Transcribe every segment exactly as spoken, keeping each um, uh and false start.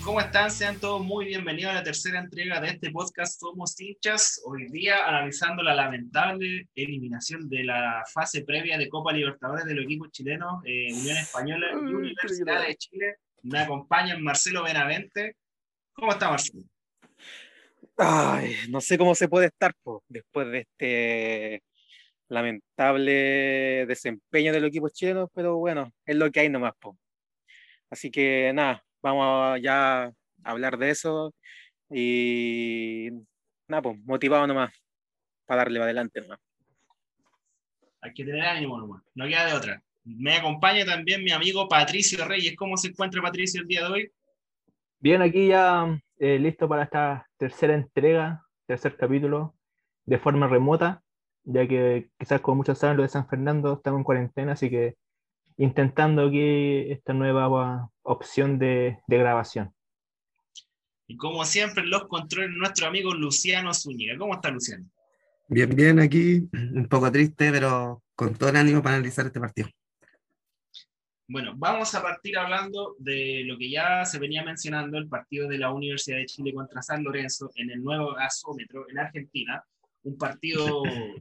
¿Cómo están? Sean todos muy bienvenidos a la tercera entrega de este podcast Somos Hinchas. Hoy día analizando la lamentable eliminación de la fase previa de Copa Libertadores de los equipos chilenos, eh, Unión Española y Ay, qué Universidad grave. de Chile. Me acompañan Marcelo Benavente. ¿Cómo está, Marcelo? Ay, no sé cómo se puede estar po, después de este lamentable desempeño del equipo chileno, pero bueno, es lo que hay nomás, po. Así que nada, vamos a ya a hablar de eso y nada, pues motivado nomás para darle para adelante nomás. Hay que tener ánimo nomás, no queda de otra. Me acompaña también mi amigo Patricio Reyes. ¿Cómo se encuentra Patricio el día de hoy? Bien, aquí ya eh, listo para esta tercera entrega, tercer capítulo, de forma remota, ya que quizás como muchos saben, lo de San Fernando estamos en cuarentena, así que intentando aquí esta nueva opción de, de grabación. Y como siempre, en los controles, nuestro amigo Luciano Zúñiga. ¿Cómo está, Luciano? Bien, bien, aquí un poco triste, pero con todo el ánimo para analizar este partido. Bueno, vamos a partir hablando de lo que ya se venía mencionando, el partido de la Universidad de Chile contra San Lorenzo en el nuevo gasómetro en Argentina. Un partido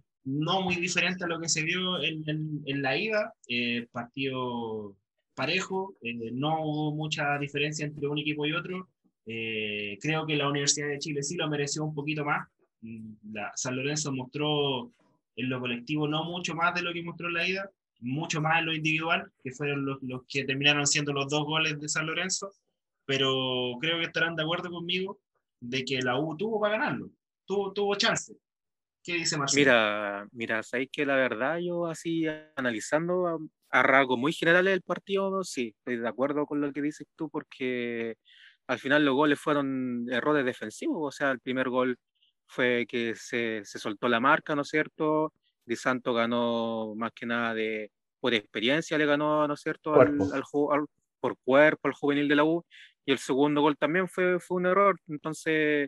no muy diferente a lo que se vio en, en, en la ida, eh, partido parejo, eh, no hubo mucha diferencia entre un equipo y otro. Eh, creo que la Universidad de Chile sí lo mereció un poquito más. La, San Lorenzo mostró en lo colectivo no mucho más de lo que mostró en la ida, mucho más en lo individual, que fueron los, los que terminaron siendo los dos goles de San Lorenzo, pero creo que estarán de acuerdo conmigo de que la U tuvo para ganarlo, tuvo, tuvo chance. ¿Qué dice Marcelo? Mira, mira, sabéis que la verdad yo así analizando a, a rasgos muy generales del partido, sí, estoy de acuerdo con lo que dices tú porque al final los goles fueron errores defensivos, o sea, el primer gol fue que se, se soltó la marca, ¿no es cierto? Di Santo ganó más que nada de, por experiencia, le ganó, ¿no es cierto?, al, Cuerpo. al, al, por cuerpo al juvenil de la U, y el segundo gol también fue, fue un error, entonces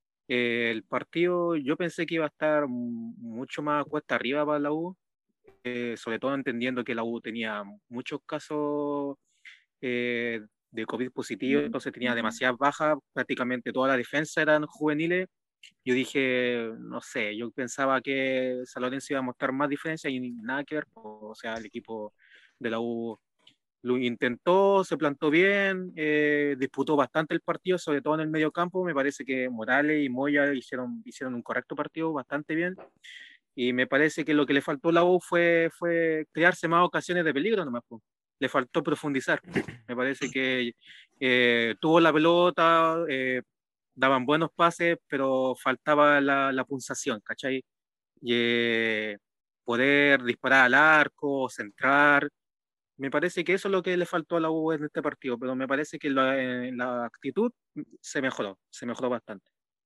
eh, el partido yo pensé que iba a estar mucho más cuesta arriba para la U, eh, sobre todo entendiendo que la U tenía muchos casos eh, de COVID positivo, entonces tenía demasiadas bajas, prácticamente toda la defensa eran juveniles. Yo dije, no sé, yo pensaba que San Lorenzo iba a mostrar más diferencia y nada que ver, o sea, el equipo de la U lo intentó, se plantó bien, eh, disputó bastante el partido, sobre todo en el medio campo. Me parece que Morales y Moya hicieron, hicieron un correcto partido, bastante bien. Y me parece que lo que le faltó a la U fue, fue crearse más ocasiones de peligro nomás, po. Le faltó profundizar. Me parece que eh, tuvo la pelota, eh, daban buenos pases, pero faltaba la, la pulsación, ¿cachai? Y, eh, poder disparar al arco, centrar. Me parece que eso es lo que le faltó a la U en este partido, pero me parece que la, en la actitud se mejoró, se mejoró bastante.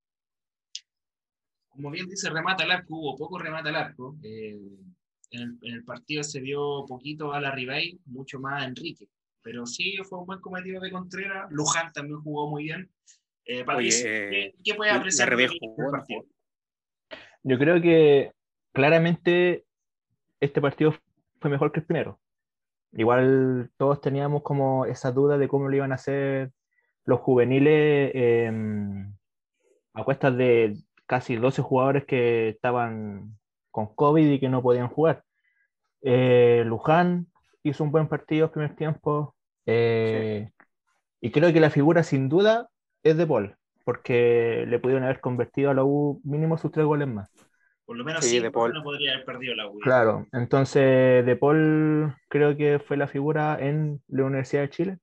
Como bien dice, remata al arco, hubo poco remata al arco. Eh, en, el, en, el, partido se vio poquito a la Ribey, mucho más a Enrique. Pero sí, fue un buen cometido de Contreras. Luján también jugó muy bien. Eh, Patricio, Oye, ¿qué, ¿qué puedes eh, la apreciar de Rebe lo que viste el jugó, no partido? jugó. Yo creo que claramente este partido fue mejor que el primero. Igual todos teníamos como esa duda de cómo lo iban a hacer los juveniles eh, a cuestas de casi doce jugadores que estaban con COVID y que no podían jugar. Eh, Luján hizo un buen partido en primer tiempo Sí. eh, y creo que la figura sin duda es de Paul, porque le pudieron haber convertido a la U mínimo sus tres goles más. Por lo menos Sí, De cinco Paul. no podría haber perdido la U. Claro, entonces De Paul creo que fue la figura en la Universidad de Chile.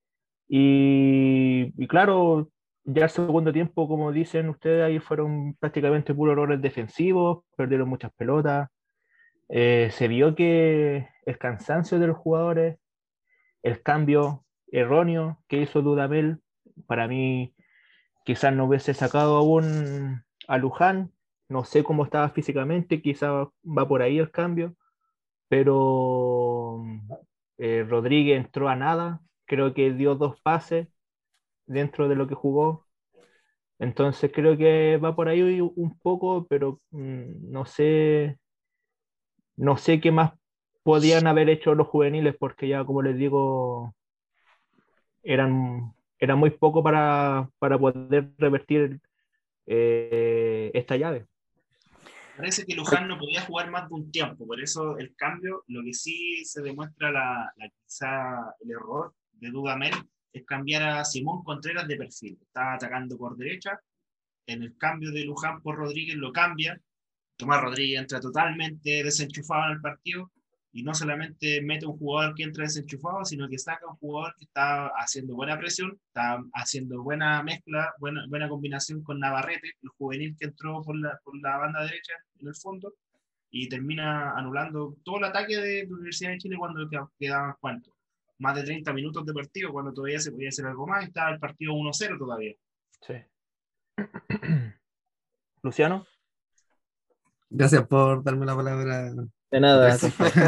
Y, y claro, ya el segundo tiempo, como dicen ustedes, ahí fueron prácticamente puros errores defensivos, perdieron muchas pelotas. Eh, se vio que el cansancio de los jugadores, el cambio erróneo que hizo Dudamel, para mí quizás no hubiese sacado aún a Luján, no sé cómo estaba físicamente, quizás va por ahí el cambio, pero eh, Rodríguez entró a nada, creo que dio dos pases dentro de lo que jugó. Entonces creo que va por ahí un poco, pero mmm, no sé, no sé qué más podían haber hecho los juveniles, porque ya como les digo, eran era muy poco para, para poder revertir eh, esta llave. Parece que Luján no podía jugar más de un tiempo, por eso el cambio, lo que sí se demuestra la, la quizá el error de Dudamel es cambiar a Simón Contreras de perfil. Estaba atacando por derecha, en el cambio de Luján por Rodríguez lo cambia, Tomás Rodríguez entra totalmente desenchufado en el partido y no solamente mete un jugador que entra desenchufado, sino que saca un jugador que está haciendo buena presión, está haciendo buena mezcla, buena, buena combinación con Navarrete, el juvenil que entró por la, por la banda derecha en el fondo, y termina anulando todo el ataque de la Universidad de Chile cuando quedaban cuánto, más de treinta minutos de partido, cuando todavía se podía hacer algo más, estaba el partido uno cero todavía. Sí. Luciano. Gracias por darme la palabra. De nada.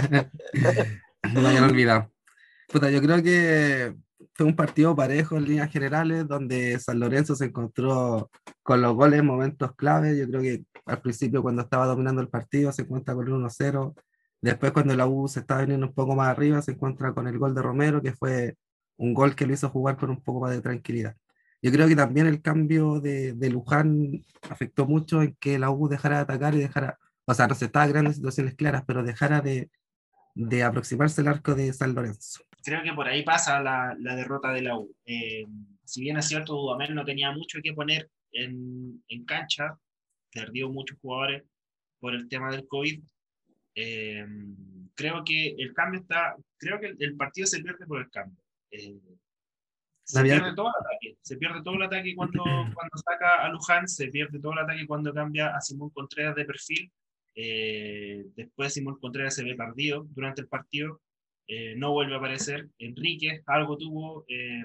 No me hayan olvidado. Puta, yo creo que fue un partido parejo en líneas generales, donde San Lorenzo se encontró con los goles en momentos clave. Yo creo que al principio, cuando estaba dominando el partido, se encuentra con el uno cero. Después, cuando la U se estaba viniendo un poco más arriba, se encuentra con el gol de Romero, que fue un gol que lo hizo jugar con un poco más de tranquilidad. Yo creo que también el cambio de, de Luján afectó mucho en que la U dejara de atacar y dejara, o sea, no se estaba creando situaciones claras, pero dejara de, de aproximarse al arco de San Lorenzo. Creo que por ahí pasa la, la derrota de la U. Eh, si bien es cierto, Dudamel no tenía mucho que poner en, en cancha, perdió muchos jugadores por el tema del COVID. Eh, creo que el cambio está, creo que el, el partido se pierde por el cambio. Eh, se Había... pierde todo el ataque, se pierde todo el ataque cuando, cuando saca a Luján, se pierde todo el ataque cuando cambia a Simón Contreras de perfil. Eh, después Simón Contreras se ve perdido durante el partido. Eh, no vuelve a aparecer. Enrique algo tuvo eh,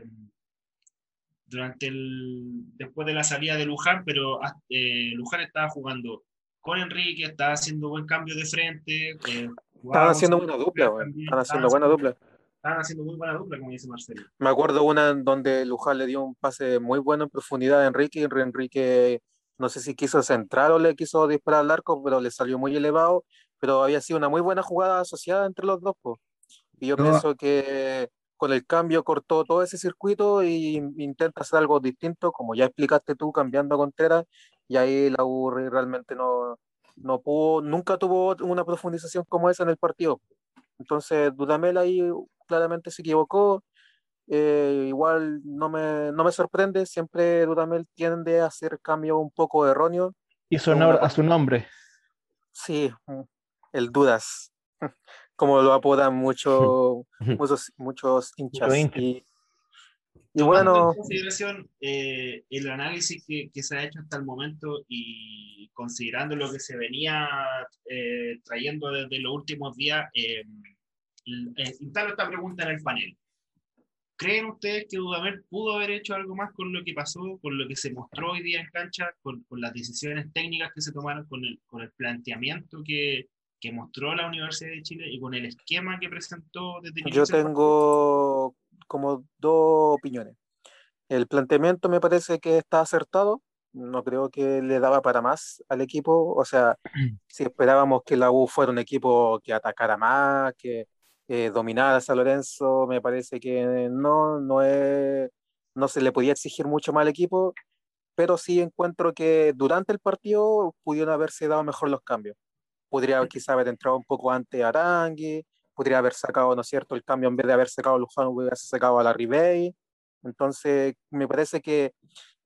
durante el, después de la salida de Luján, pero eh, Luján estaba jugando con Enrique, estaba haciendo buen cambio de frente. Eh, Estaban haciendo buena dupla, güey. Estaban haciendo buena dupla. Estaban haciendo muy buena dupla, como dice Marcelo. Me acuerdo una en donde Luján le dio un pase muy bueno en profundidad a Enrique, y Enrique no sé si quiso centrar o le quiso disparar al arco, pero le salió muy elevado, pero había sido una muy buena jugada asociada entre los dos, pues. Y yo No, pienso que con el cambio cortó todo ese circuito y intenta hacer algo distinto, como ya explicaste tú, cambiando a Contreras, y ahí la U realmente no, no pudo, nunca tuvo una profundización como esa en el partido. Entonces Dudamel ahí claramente se equivocó. Eh, igual no me, no me sorprende, siempre Dudamel tiende a hacer cambios un poco erróneos. Hizo honor a su nombre. Sí, el Dudas, como lo apodan mucho, muchos, muchos hinchas. Mucho hincha. Y, y Tomando bueno, en consideración eh, el análisis que, que se ha hecho hasta el momento y considerando lo que se venía eh, trayendo desde los últimos días, eh, eh, instalo esta pregunta en el panel. ¿Creen ustedes que Dudamel pudo haber hecho algo más con lo que pasó, con lo que se mostró hoy día en cancha, con, con las decisiones técnicas que se tomaron, con el, con el planteamiento que, que mostró la Universidad de Chile y con el esquema que presentó desde el yo tengo como dos opiniones. El planteamiento me parece que está acertado, no creo que le daba para más al equipo, o sea, si esperábamos que la U fuera un equipo que atacara más, que eh, dominara a San Lorenzo, me parece que no, no, es, no se le podía exigir mucho más al equipo, pero sí encuentro que durante el partido pudieron haberse dado mejor los cambios. Podría quizá haber entrado un poco antes Arangui, podría haber sacado, ¿no es cierto?, el cambio en vez de haber sacado a Luján, hubiera sacado a la Ribey. Entonces, me parece que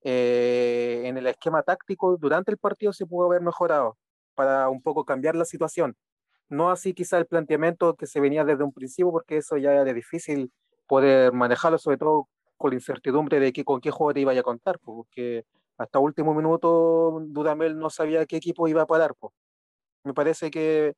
eh, en el esquema táctico durante el partido se pudo haber mejorado para un poco cambiar la situación. No así quizá el planteamiento que se venía desde un principio, porque eso ya era difícil poder manejarlo, sobre todo con la incertidumbre de que, con qué jugador iba a contar, porque hasta último minuto Dudamel no sabía qué equipo iba a parar. Pues. Me parece que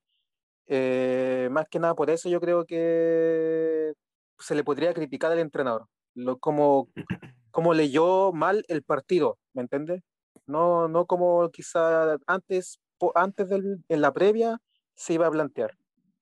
eh, más que nada por eso yo creo que se le podría criticar al entrenador, lo, como, como leyó mal el partido, ¿me entiendes? No, no como quizá antes, po, antes del, en la previa se iba a plantear.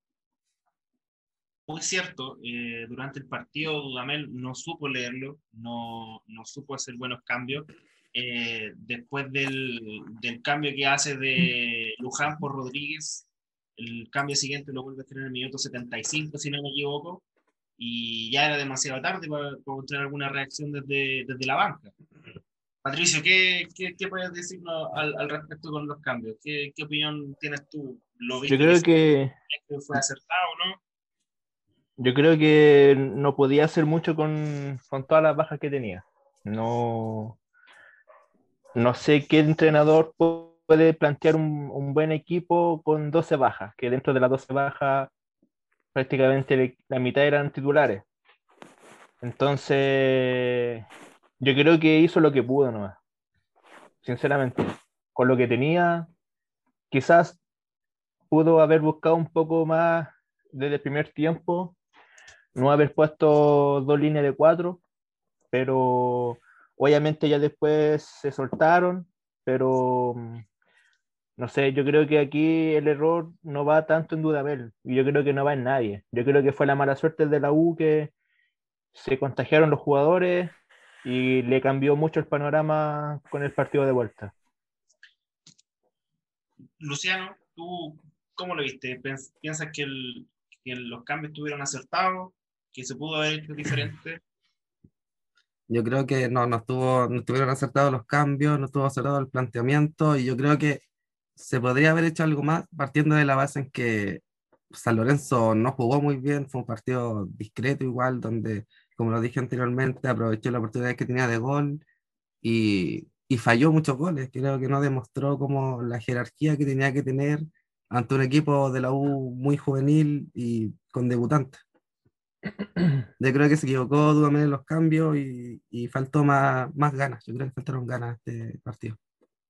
Muy cierto, eh, durante el partido Dudamel no supo leerlo, no, no supo hacer buenos cambios. Eh, después del, del cambio que hace de Luján por Rodríguez, el cambio siguiente lo vuelve a tener en el minuto setenta y cinco, si no me equivoco. y ya era demasiado tarde para, para mostrar alguna reacción desde, desde la banca. Patricio, ¿qué, qué, qué puedes decirnos al, al respecto con los cambios? ¿Qué, qué opinión tienes tú? ¿Lo Yo viste que creo que, fue acertado o no? yo creo que no podía hacer mucho con, con todas las bajas que tenía. No, no sé qué entrenador pu- puede plantear un, un buen equipo con doce bajas, que dentro de las doce bajas prácticamente le- la mitad eran titulares. Entonces, yo creo que hizo lo que pudo nomás, sinceramente. Con lo que tenía, quizás pudo haber buscado un poco más desde el primer tiempo, no haber puesto dos líneas de cuatro, pero obviamente ya después se soltaron, pero mm, no sé, yo creo que aquí el error no va tanto en Dudamel, y yo creo que no va en nadie. Yo creo que fue la mala suerte de la U que se contagiaron los jugadores y le cambió mucho el panorama con el partido de vuelta. Luciano, ¿tú cómo lo viste? ¿Piens- ¿Piensas que, el, que los cambios estuvieron acertados? ¿Que se pudo haber hecho diferente? Yo creo que no, no, estuvo, no estuvieron acertados los cambios, no estuvo acertado el planteamiento y yo creo que se podría haber hecho algo más partiendo de la base en que San Lorenzo no jugó muy bien, fue un partido discreto igual, donde, como lo dije anteriormente, aprovechó la oportunidad que tenía de gol y, y falló muchos goles. Creo que no demostró como la jerarquía que tenía que tener ante un equipo de la U muy juvenil y con debutantes. Yo creo que se equivocó Dudamel en los cambios y, y faltó más, más ganas. Yo creo que faltaron ganas a este partido.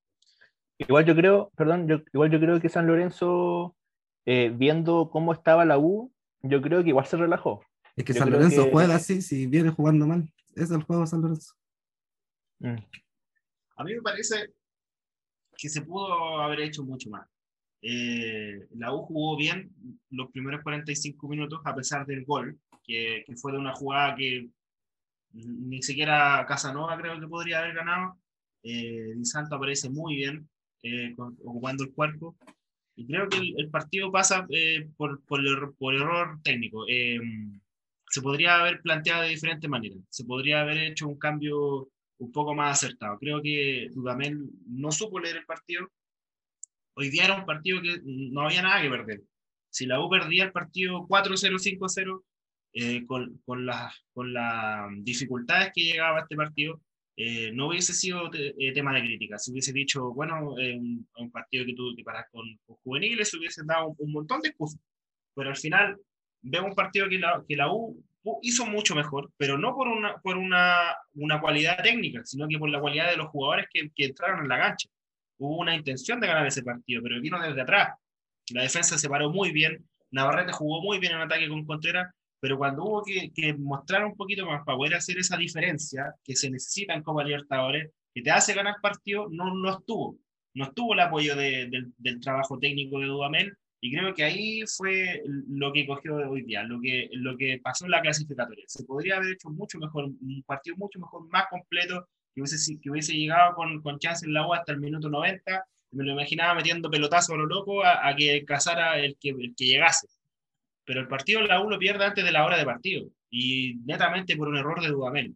Igual yo creo, perdón, yo, igual yo creo que San Lorenzo, eh, viendo cómo estaba la U, yo creo que igual se relajó. Es que Yo San creo Lorenzo que juega así, si viene jugando mal. Ese es el juego de San Lorenzo. mm, A mí me parece que se pudo haber hecho mucho más. Eh, la U jugó bien los primeros cuarenta y cinco minutos a pesar del gol, que, que fue de una jugada que ni siquiera Casanova creo que podría haber ganado. Eh, Di Santo aparece muy bien eh, con- ocupando el cuerpo. Y creo que el, el partido pasa eh, por, por, error, por error técnico. Eh, se podría haber planteado de diferentes maneras. Se podría haber hecho un cambio un poco más acertado. Creo que Dudamel no supo leer el partido. Hoy día era un partido que no había nada que perder. Si la U perdía el partido cuatro cero, cinco cero, eh, con, con las con las dificultades que llegaba a este partido, eh, no hubiese sido te, eh, tema de crítica. Se hubiese dicho, bueno, eh, un, un, partido que tuvo que parar con, con juveniles, se hubiese dado un, un, montón de excusas. Pero al final vemos un partido que la, que la U hizo mucho mejor, pero no por una, por una, una cualidad técnica, sino que por la cualidad de los jugadores que, que entraron en la cancha. Hubo una intención de ganar ese partido, pero vino desde atrás. La defensa se paró muy bien, Navarrete jugó muy bien en ataque con Contreras, pero cuando hubo que, que mostrar un poquito más para poder hacer esa diferencia que se necesita en Copa Libertadores, que te hace ganar partido, no, no estuvo. No estuvo el apoyo de, de, del trabajo técnico de Dudamel, y creo que ahí fue lo que cogió hoy día, lo que, lo que pasó en la clasificatoria. Se podría haber hecho mucho mejor, un partido mucho mejor, más completo, que hubiese, que hubiese llegado con, con chance en la U hasta el minuto noventa. Me lo imaginaba metiendo pelotazo a lo loco a, a que cazara el que, el que llegase. Pero el partido la U lo pierde antes de la hora de partido, y netamente por un error de Dudamel.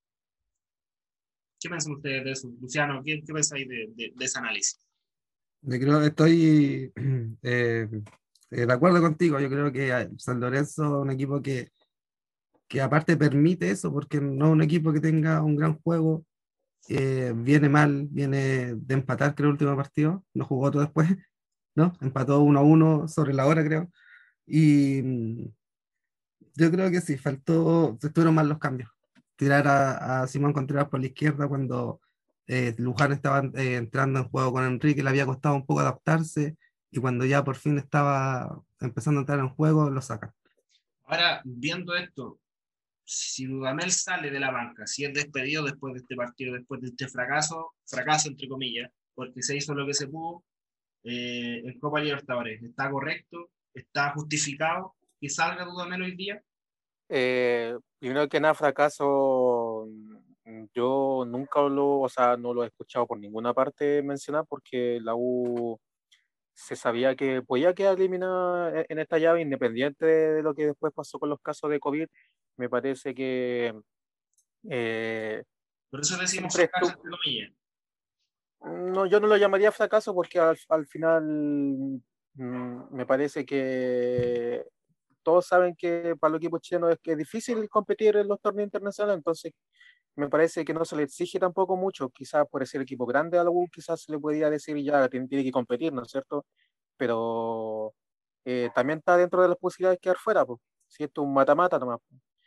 ¿Qué piensan ustedes de eso, Luciano? ¿Qué, qué pensáis de, de, de ese análisis? Yo creo que estoy eh, eh, de acuerdo contigo. Yo creo que eh, San Lorenzo es un equipo que, que aparte permite eso, porque no es un equipo que tenga un gran juego. Eh, viene mal, viene de empatar, creo, el último partido. No jugó otro después, ¿no? Empató uno a uno sobre la hora, creo. Y mm, yo creo que sí, faltó, estuvieron mal los cambios. Tirar a, a Simón Contreras por la izquierda cuando eh, Luján estaba eh, entrando en juego con Enrique, le había costado un poco adaptarse y cuando ya por fin estaba empezando a entrar en juego, lo sacan. Ahora, viendo esto, si Dudamel sale de la banca, si es despedido después de este partido, después de este fracaso, fracaso entre comillas, porque se hizo lo que se pudo, eh, en Copa Libertadores, ¿está correcto? ¿Está justificado que salga Dudamel hoy día? Eh, primero que nada, fracaso, mm, yo nunca lo, o sea, no lo he escuchado por ninguna parte mencionar porque la U se sabía que podía quedar eliminada en en esta llave independiente de lo que después pasó con los casos de COVID, Me parece que eh, Por eso decimos siempre fracaso, estu- entre comillas. no, yo no lo llamaría fracaso porque al, al final mm, me parece que todos saben que para los equipos chilenos es que es difícil competir en los torneos internacionales, entonces me parece que no se le exige tampoco mucho, quizás por ser equipo grande a la U, quizás se le podría decir ya tiene, tiene que competir, ¿no es cierto? Pero eh, también está dentro de las posibilidades de quedar fuera, pues. Si esto es un mata-mata nomás.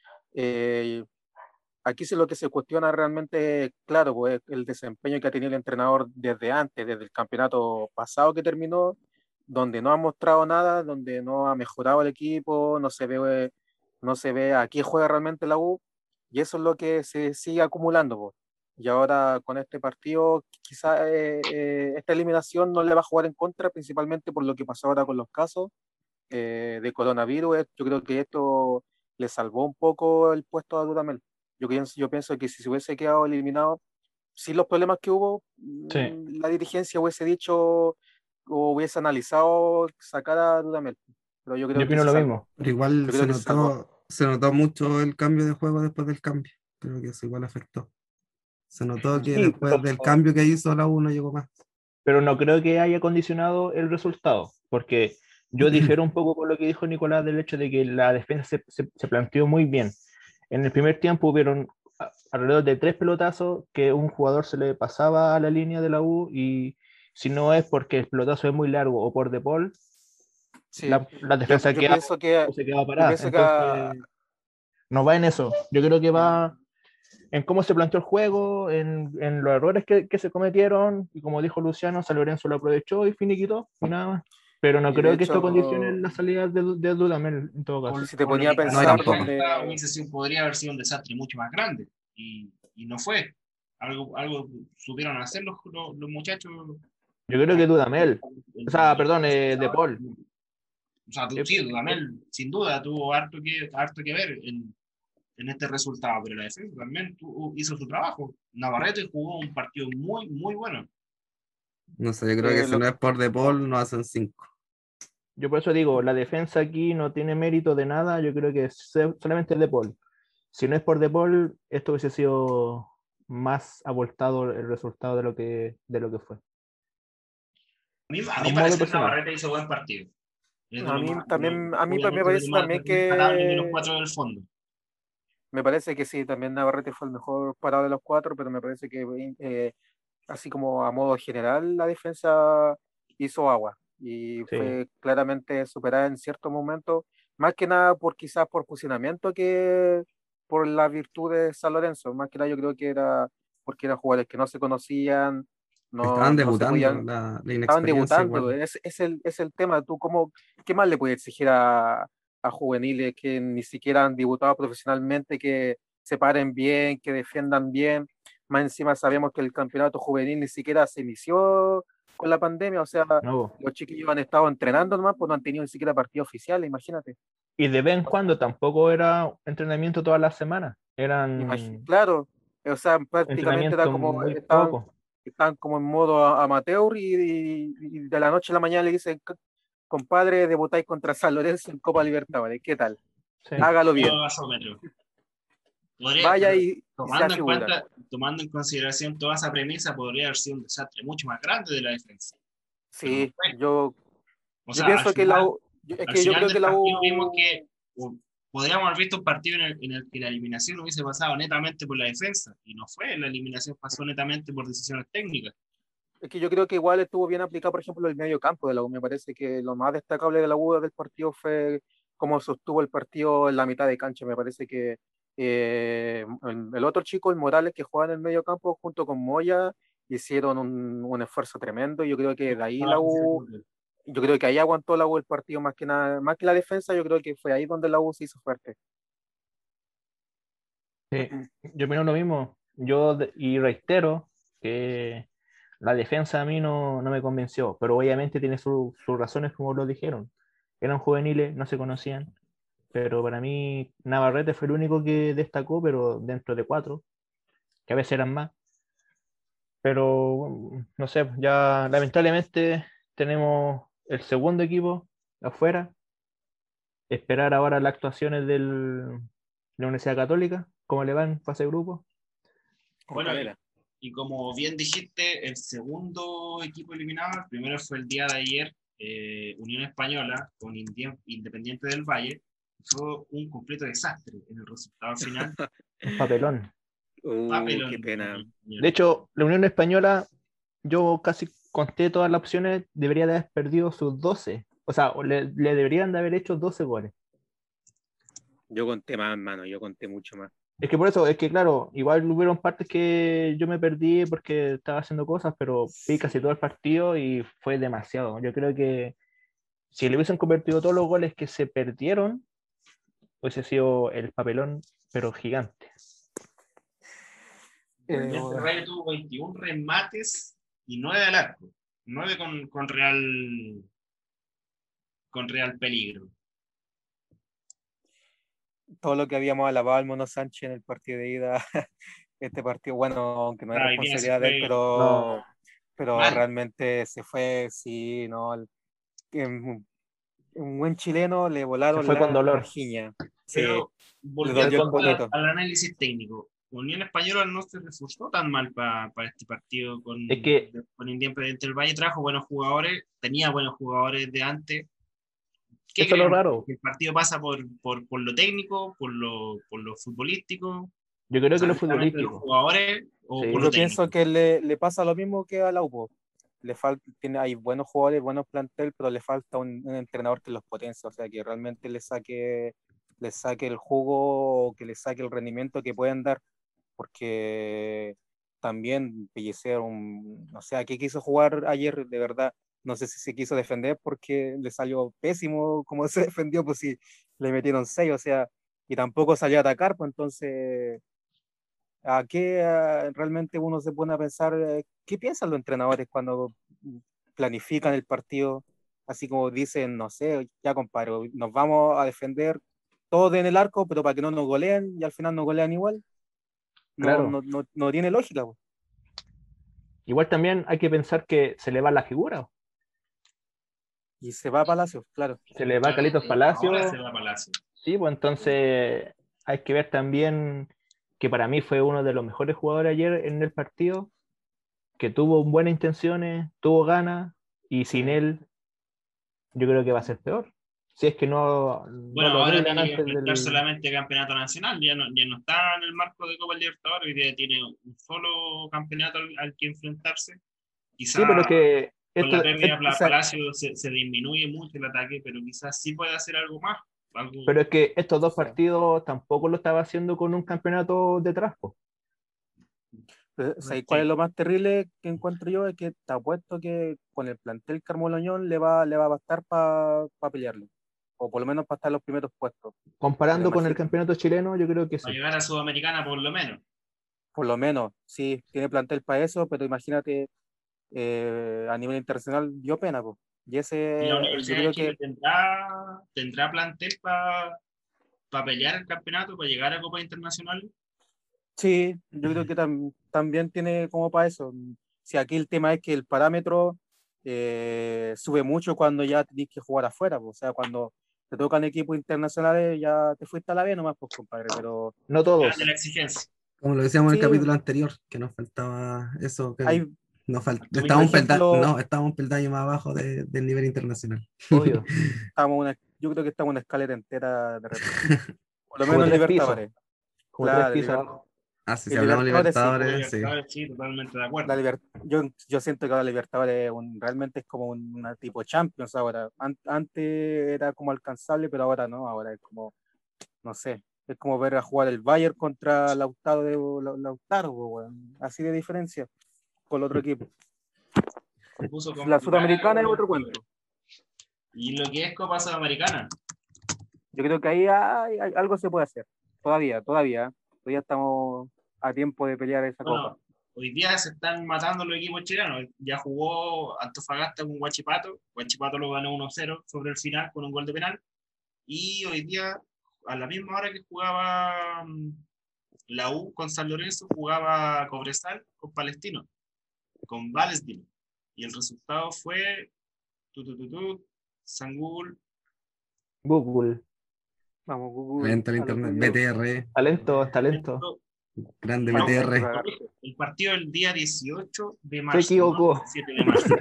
Eh, Aquí sí lo que se cuestiona realmente, claro, pues el desempeño que ha tenido el entrenador desde antes, desde el campeonato pasado que terminó, donde no ha mostrado nada, donde no ha mejorado el equipo, no se ve, no se ve a qué juega realmente la U, y eso es lo que se sigue acumulando, pues. Y ahora con este partido, quizá eh, eh, esta eliminación no le va a jugar en contra, principalmente por lo que pasó ahora con los casos eh, de coronavirus. Yo creo que esto le salvó un poco el puesto a Dudamel. Yo pienso, yo pienso que si se hubiese quedado eliminado, sin los problemas que hubo, Sí, mm, la dirigencia hubiese dicho o hubiese analizado sacar a Dudamel. Pero yo yo creo que opino se lo salvó. mismo. Pero igual Yo se creo que se salvó. notó, se notó mucho el cambio de juego después del cambio. Creo que eso igual afectó. Se notó que Sí, después del cambio que hizo la U no llegó más. pero no creo que haya condicionado el resultado, porque yo difiero un poco con lo que dijo Nicolás del hecho de que la defensa se, se- se planteó muy bien. En el primer tiempo hubieron a- alrededor de tres pelotazos que un jugador se le pasaba a la línea de la U y si no es porque el pelotazo es muy largo o por default, Sí, la, la yo, defensa yo queda, pienso que se queda yo parada. pienso que a- Entonces, no va en eso. Yo creo que va en cómo se planteó el juego, en, en los errores que, que se cometieron, y como dijo Luciano, San Lorenzo lo aprovechó y finiquitó, y nada más. Pero no y de creo que esto condicione hecho, la salida de, de Dudamel en todo caso. Con, si te con lo ponía a que No, pasó y en pensar la tampoco. defensa, donde hubiese sido, podría haber sido un desastre mucho más grande. Y, y no fue. Algo, algo supieron hacer los, los, los muchachos. Yo creo que Ahí, Dudamel, o el, sea, el perdón, defensa eh, De pasaba. Paul. O sea, tú- Eh, sí, eh, Dudamel, sin duda, tuvo harto que, harto que ver en, en este resultado, pero la defensa también tuvo- hizo su trabajo. Navarrete jugó un partido muy, muy bueno. No sé, yo creo que eh, si lo, no es por De Paul, no hacen cinco. yo por eso digo, la defensa aquí no tiene mérito de nada, yo creo que es solamente De Paul. Si no es por De Paul, esto hubiese sido más abultado el resultado de lo que, de lo que fue. A mí, a A mí un modo parecer personal. Navarrete hizo buen partido. Es de a lo mí más, de lo- también, a mí me obviamente de lo parece más también rescatable de los que cuatro del fondo. me parece que sí, también Navarrete fue el mejor parado de los cuatro, pero me parece que eh, así como a modo general la defensa hizo agua y Sí. fue claramente superada en ciertos momentos, más que nada por quizás por posicionamiento que por las virtudes de San Lorenzo, más que nada yo creo que era porque eran jugadores que no se conocían, no, Estaban no se debutando, podían, la, la estaban inexperiencia debutando, igual. es, es, el, es el tema, tú cómo, ¿qué más le puedes exigir a, a juveniles que ni siquiera han debutado profesionalmente, que se paren bien, que defiendan bien? Más encima sabemos que el campeonato juvenil ni siquiera se inició con la pandemia, o sea, No. los chiquillos han estado entrenando nomás, pues no han tenido ni siquiera partido oficial, imagínate. Y de vez en cuando tampoco era entrenamiento todas las semanas, Imagi- eran claro, o sea, prácticamente era entrenamientos como, muy estaban, pocos. estaban como en modo a- amateur y, y- y de la noche a la mañana le dicen, "C- compadre, debutáis contra San Lorenzo en Copa Libertadores, ¿qué tal? Sí. Hágalo Yo bien, gasómetro. Podría, vaya pero y, y se tomando en asegura. cuenta, tomando en consideración toda esa premisa, podría haber sido un desastre mucho más grande de la defensa. Pero no Sí, fue. yo, O yo sea, al pienso que la final, U, yo- es al que yo final creo que del la partido vimos que U o, podríamos haber visto un partido en el, en el que la eliminación hubiese pasado netamente por la defensa. Y no fue. La eliminación pasó netamente por decisiones técnicas. Es que yo creo que igual estuvo bien aplicado, por ejemplo, el medio campo de la U. Me parece que lo más destacable de la U del partido fue cómo sostuvo el partido en la mitad de cancha. Me parece que eh, el, el otro chico, el Morales, que juega en el medio campo junto con Moya, hicieron un, un esfuerzo tremendo. Yo creo que de ahí la U, yo creo que ahí aguantó la U el partido más que nada, más que la defensa, yo creo que fue ahí donde la U se hizo fuerte. Sí. Yo opino lo mismo. Yo de- y reitero que la defensa a mí no, no me convenció, pero obviamente tiene su- sus razones como lo dijeron. Eran juveniles, no se conocían, pero para mí Navarrete fue el único que destacó, pero dentro de cuatro, que a veces eran más. Pero no sé, ya lamentablemente tenemos el segundo equipo afuera. Esperar ahora las actuaciones del, la Universidad Católica, ¿cómo le va en fase de grupo? Con Bueno, Calera. y como bien dijiste, el segundo equipo eliminado, el primero fue el día de ayer, eh, Unión Española con Indi- Independiente del Valle. Fue un completo desastre en el resultado final. Un papelón. Uh, Papelón. qué pena. De hecho, la Unión Española, yo casi conté todas las opciones, debería de haber perdido sus doce. O sea, le, le deberían de haber hecho doce goles. Yo conté más, hermano, yo conté mucho más. Es que por eso, es que claro, igual hubieron partes que yo me perdí porque estaba haciendo cosas, pero vi casi todo el partido y fue demasiado. Yo creo que si le hubiesen convertido todos los goles que se perdieron, hubiese sido el papelón, pero gigante. Independiente del Valle tuvo veintiún remates y nueve al arco. nueve con, con real con real peligro. Todo lo que habíamos alabado al Mono Sánchez en el partido de ida, este partido, bueno, aunque no es Ah, hoy día se responsabilidad de él, fue pero, No, pero mal. realmente se fue, sí, ¿no? El- en- un buen chileno le se volaron fue con la dolor. rajiña. Sí, Pero le volviendo dolió el con dolor. bonito. al análisis técnico, Unión Española no se reforzó tan mal para pa este partido con, Es que con Independiente del Valle. Trajo buenos jugadores, tenía buenos jugadores de antes. ¿Qué eso es lo creemos? raro. ¿El partido pasa por, por, por lo técnico, por lo, por lo futbolístico? Yo creo O que sea, lo netamente de los futbolístico. jugadores o Sí. por lo Yo técnico. pienso que le, le pasa lo mismo que a la U P O. Le falta, tiene, hay buenos jugadores, buenos plantel, pero le falta un, un entrenador que los potencie, o sea, que realmente le saque, le saque el jugo, o que le saque el rendimiento que pueden dar, porque también Pellicer, un, no sé, ¿a qué quiso jugar ayer? De verdad, no sé si se quiso defender porque le salió pésimo como se defendió, pues si le metieron seis, o sea, y tampoco salió a atacar, pues entonces ¿a qué ah, realmente uno se pone a pensar? eh, ¿Qué piensan los entrenadores cuando planifican el partido? Así como dicen, no sé, ya compadre, nos vamos a defender todos en el arco, pero para que no nos goleen y al final nos golean igual. No, Claro. no, no, no tiene lógica, po. Igual también hay que pensar que se le va la figura. Y se va a Palacios, claro. Se le va a Claro, Carlitos ahora se Palacio. va a Palacio. Sí, pues entonces hay que ver también que para mí fue uno de los mejores jugadores ayer en el partido, que tuvo buenas intenciones, tuvo ganas, y sin él yo creo que va a ser peor. Si es que no, no Bueno, lo ahora arreglan tiene que antes enfrentar del... solamente campeonato nacional, ya no, ya no está en el marco de Copa Libertadores, hoy día tiene un solo campeonato al, al que enfrentarse. Sí, pero Quizá es que con la esto, pérdida et- de O Pla- sea, Palacio se, se disminuye mucho el ataque, pero quizás sí puede hacer algo más. Algo, pero es que estos o dos sea, partidos tampoco lo estaba haciendo con un campeonato detrás, po. pero, o sea, ¿y cuál es lo más terrible que encuentro yo? Es que te apuesto que con el plantel Carmoloñón le va, le va a bastar para pelearlo, o por lo menos para estar en los primeros puestos. Pero Comparando con el imagínate, campeonato chileno, yo creo que para sí. llegar a Sudamericana por lo menos. por lo menos, sí, tiene plantel para eso, pero imagínate, eh, a nivel internacional dio pena, po. Y Y la ese, yo Universidad de creo Chile que tendrá, tendrá plantel para pa pelear el campeonato, para llegar a Copa Internacional. sí, yo creo que tam- también tiene como para eso. Si aquí el tema es que el parámetro eh, sube mucho cuando ya tenés que jugar afuera, po. O sea, cuando te tocan equipos internacionales ya te fuiste a la B nomás, pues, compadre, pero No Grande la todos. exigencia. Como lo decíamos en el sí, capítulo anterior, que nos faltaba eso, que hay, nos fal- Tú, por estaba un peldaño, ejemplo, no, estaba un peldaño más abajo de- del nivel internacional. Obvio. estamos una, yo creo que estamos una escalera entera de retraso. Por lo Como menos en tres pisos. Libertadores. Como tres Claro, pisos Liber- abajo. Así, si en hablamos de Libertadores sí. Copa Libertadores, sí. Libertadores, sí, totalmente de acuerdo. La liber- yo, yo siento que ahora Libertadores es un- realmente es como un- una tipo Champions ahora. An- antes era como alcanzable, pero ahora no, ahora es como, no sé, es como ver a jugar el Bayern contra Lautaro de La- Lautaro, po, weón. Así de diferencia con el otro equipo. Se puso La complicada Sudamericana es la otro Libertadores. cuento. Y lo que es Copa Sudamericana. Yo creo que ahí hay- hay- algo se puede hacer. Todavía, todavía, todavía estamos a tiempo de pelear esa copa. Bueno, hoy día se están matando los equipos chilenos. Ya jugó Antofagasta con Huachipato. Huachipato lo ganó uno cero sobre el final con un gol de penal. Y hoy día, a la misma hora que jugaba mm, la U con San Lorenzo, jugaba Cobresal con Palestino, con Palestino. Y el resultado fue tu, tu, tu, tu, Sangul Google. Vamos, Google. Talento al a lo internet, que B yo- T R, Talento, talento. grande No, B T R. el partido del día dieciocho de Se marzo. equivocó. No el siete de marzo.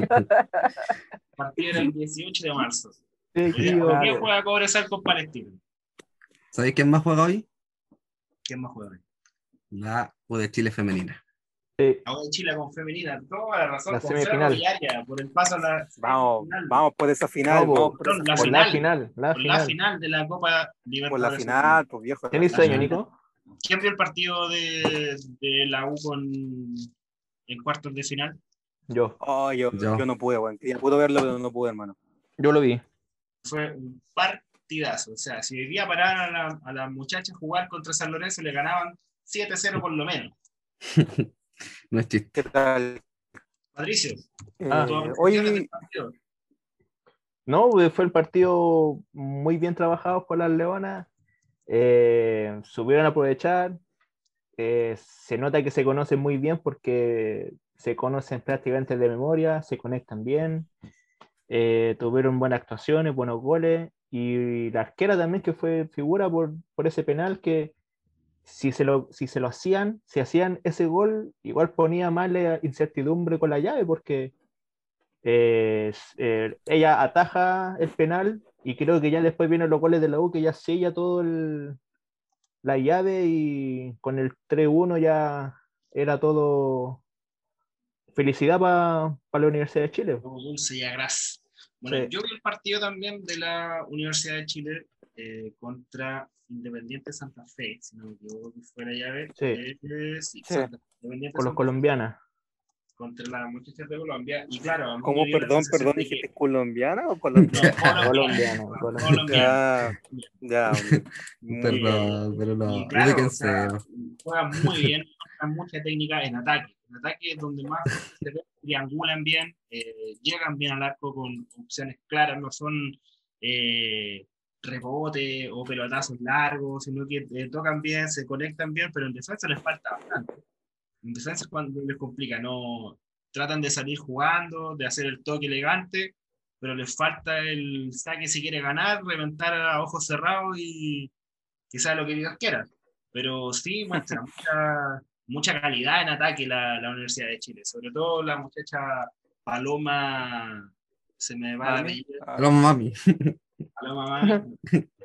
El partido era el dieciocho de marzo. Se Hoy día equivocó. también juega Cobresal con Palestino. ¿Sabéis quién más juega hoy? ¿Quién más juega hoy? La U de Chile femenina. Sí, Ahora en Chile con femenina, toda la razón, La con semifinal. Cerro y Área, por el paso a la Vamos, semifinal. vamos por esa final, No, vamos por no, esa la por final. la final. final, la Por la final. final de la Copa Por la Libertadores. final, pues viejo. ¿Tenéis la sueño, final. Nico? ¿Quién vio el partido de, de la U con, en cuartos de final? Yo, Oh, yo, Yo. yo no pude, weón. Quería puedo verlo, pero no pude, hermano. yo lo vi. Fue un partidazo. O sea, si hoy día paraban a la, a las muchachas jugar contra San Lorenzo, le ganaban siete cero por lo menos. No es chiste. ¿Qué tal? Patricio, Ah. Eh, tus apreciaciones hoy, del partido. No, fue el partido muy bien trabajado por las Leonas. Eh, supieron aprovechar. Eh, se nota que se conocen muy bien porque se conocen prácticamente de memoria, se conectan bien. Eh, tuvieron buenas actuaciones, buenos goles. Y la arquera también, que fue figura por, por ese penal, que si se, lo, si se lo hacían, si hacían ese gol, igual ponía más la incertidumbre con la llave, porque eh, eh, ella ataja el penal y creo que ya después vienen los goles de la U, que ya sella todo el, la llave, y con el tres uno ya era todo felicidad para pa la Universidad de Chile. Como dulce y agraz. Bueno, Sí. yo vi el partido también de la Universidad de Chile eh, contra Independiente Santa Fe, si no me equivoco, que fue la llave. Sí. Eh, eh, sí, Sí. Santa- Independiente Con los Santa Fe colombianas. contra las muchachas de Colombia. Y claro, a mí ¿cómo, me dio la perdón, sensación perdón, de que- dijiste colombiana o No, colombiana? colombiana, Colombiana, colombiana. colombiana. Ya, ya. Muy bien. Perdón, pero no. Y claro, o Ubíquense. sea, juegan muy bien, juegan mucha técnica en ataque. En ataque es donde más se ve, triangulan bien, eh, llegan bien al arco con opciones claras, no son eh, rebote o pelotazos largos, sino que eh, tocan bien, se conectan bien, pero en defensa les falta bastante. En defensa es cuando les complica, no tratan de salir jugando, de hacer el toque elegante, pero les falta el saque si quiere ganar, reventar a ojos cerrados y quizás lo que Dios quiera. Pero sí muestra mucha, mucha calidad en ataque la, la Universidad de Chile, sobre todo la muchacha Paloma, se me va la Mami. apellido, Ah, Pero mami. Paloma Mami,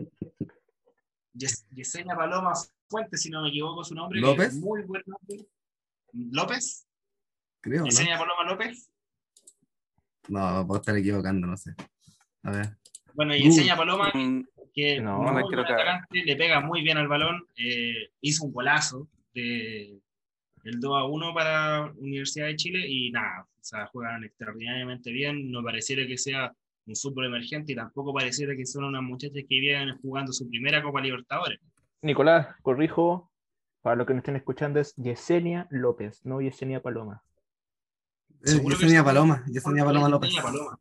Yes- Yesenia Paloma Fuentes, si no me equivoco su nombre, que ¿López? es muy buen nombre. ¿López? Creo, ¿no? ¿Yesenia Paloma López? No, puedo estar equivocando, no sé. A ver. Bueno, Google. Yesenia Paloma, mm, que No, muy me buen quiero caer. atacante, le pega muy bien al balón, eh, hizo un golazo de el dos a uno para Universidad de Chile y nada, o sea, juegan extraordinariamente bien, no pareciera que sea un fútbol emergente y tampoco pareciera que son unas muchachas que vienen jugando su primera Copa Libertadores. Nicolás, corrijo, para los que nos estén escuchando, es Yesenia López, no Yesenia Paloma. Eh, Seguro que Yesenia sí. Paloma. Yesenia Paloma López. Yesenia Paloma.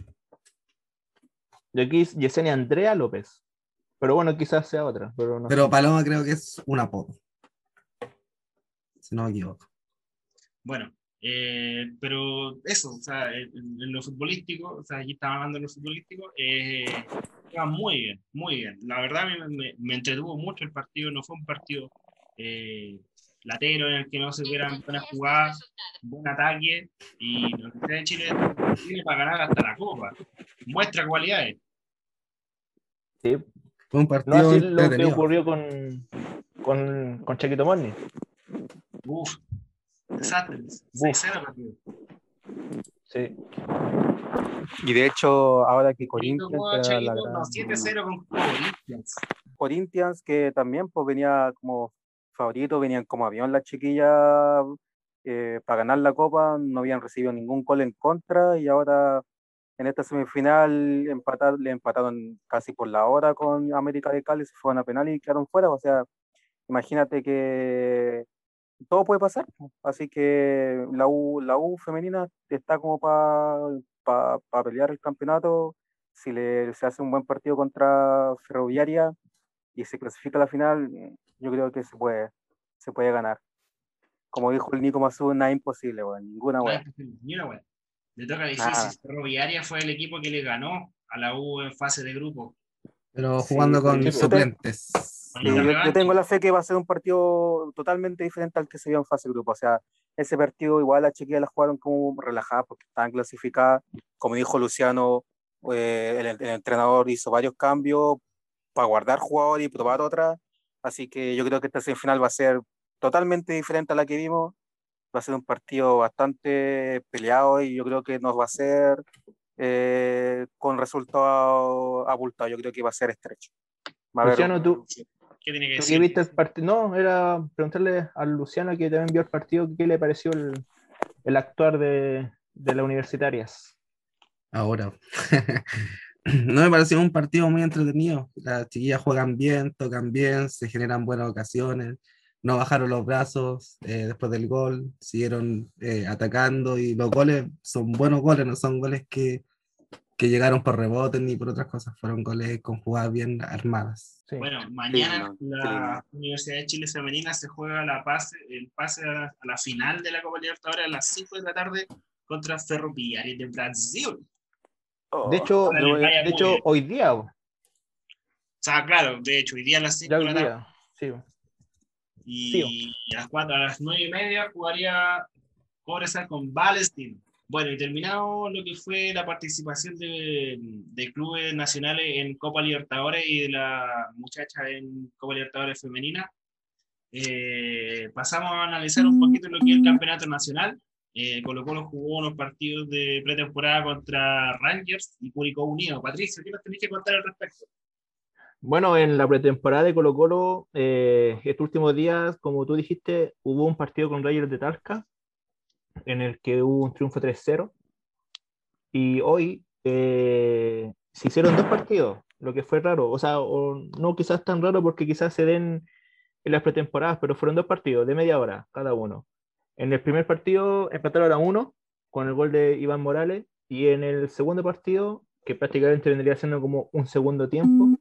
Y aquí es Yesenia Andrea López. Pero bueno, quizás sea otra. Pero, no Pero sé. Paloma creo que es un apodo. Si no me equivoco. Bueno, eh, pero eso, o sea, en, en lo futbolístico, o sea, aquí estaba hablando de lo futbolístico, eh, iba muy bien, muy bien. La verdad me, me, me entretuvo mucho el partido, no fue un partido eh, latero en el que no se hubieran buenas jugadas, buen ataque, y la Universidad de Chile tiene para ganar hasta la Copa. Muestra cualidades. Sí. Fue un No partido así lo que entretenido. ocurrió con, con, con Chaquito Morni. Uf, desastre. seis cero partido. Sí. Y de hecho, ahora que Bonito Corinthians, jugó que era la Chaquito, gran- no, siete cero con Corinthians. Corinthians, que también pues venía como favorito, venían como avión las chiquillas eh, para ganar la Copa, no habían recibido ningún gol en contra y ahora en esta semifinal empatar, le empataron casi por la hora con América de Cali, se fueron a penal y quedaron fuera, o sea, imagínate que todo puede pasar, po. Así que la U, la U femenina está como para pa, pa pelear el campeonato, si le, se hace un buen partido contra Ferroviaria y se clasifica a la final, yo creo que se puede, se puede ganar. Como dijo el Nico Mazú, nada imposible, weón, ninguna No weá. es posible, ni una wea. Le toca Nada. difícil. Ferroviaria fue el equipo que le ganó a la U en fase de grupo. pero Sí, jugando pero con yo, yo te- suplentes. sí, Con la yo, yo revancha. tengo la fe que va a ser un partido totalmente diferente al que se vio en fase de grupo. O sea, ese partido igual las chiquillas la jugaron como relajadas porque estaban clasificadas. Como dijo Luciano, eh, el, el entrenador hizo varios cambios para guardar jugadores y probar otras. Así que yo creo que esta semifinal va a ser totalmente diferente a la que vimos. Va a ser un partido bastante peleado y yo creo que nos va a ser eh, con resultado abultado. Yo creo que va a ser estrecho. Va a haber Luciano, tú, ¿Qué tiene que tú que decir? viste el partido, no, era preguntarle a Luciano que también vio el partido, ¿qué le pareció el, el actuar de, de las universitarias? Ahora. No me pareció un partido muy entretenido. Las chiquillas juegan bien, tocan bien, se generan buenas ocasiones, no bajaron los brazos eh, después del gol, siguieron eh, atacando y los goles son buenos goles, no son goles que, que llegaron por rebotes ni por otras cosas, fueron goles con jugadas bien armadas. Sí. Bueno, Qué mañana lindo, qué la lindo. Universidad de Chile Femenina se juega la pase, el pase a la, a la final de la Copa Libertadores a las cinco de la tarde contra Ferroviária de Brasil. De Oh, hecho, Ahora en pero, el eh, de Mayacué. hecho, O hoy día, bo, sea, claro, de hecho, hoy día a las ya cinco hoy de la tarde. día, sí, bo, sí, bo. Y a las cuatro, a las nueve y media jugaría Cobresal con Palestine. Bueno, y terminado lo que fue la participación de, de clubes nacionales en Copa Libertadores y de la muchacha en Copa Libertadores femenina, eh, pasamos a analizar un poquito lo que es el campeonato nacional. Eh, Colo Colo jugó unos partidos de pretemporada contra Rangers y Curicó Unido. Patricio, ¿qué nos tenéis que contar al respecto? Bueno, en la pretemporada de Colo-Colo, eh, estos últimos días, como tú dijiste, hubo un partido con Rangers de Talca, en el que hubo un triunfo tres cero, y hoy eh, se hicieron dos partidos, lo que fue raro, o sea, o no quizás tan raro porque quizás se den en las pretemporadas, pero fueron dos partidos de media hora cada uno. En el primer partido empataron a uno con el gol de Iván Morales, y en el segundo partido, que prácticamente vendría siendo como un segundo tiempo,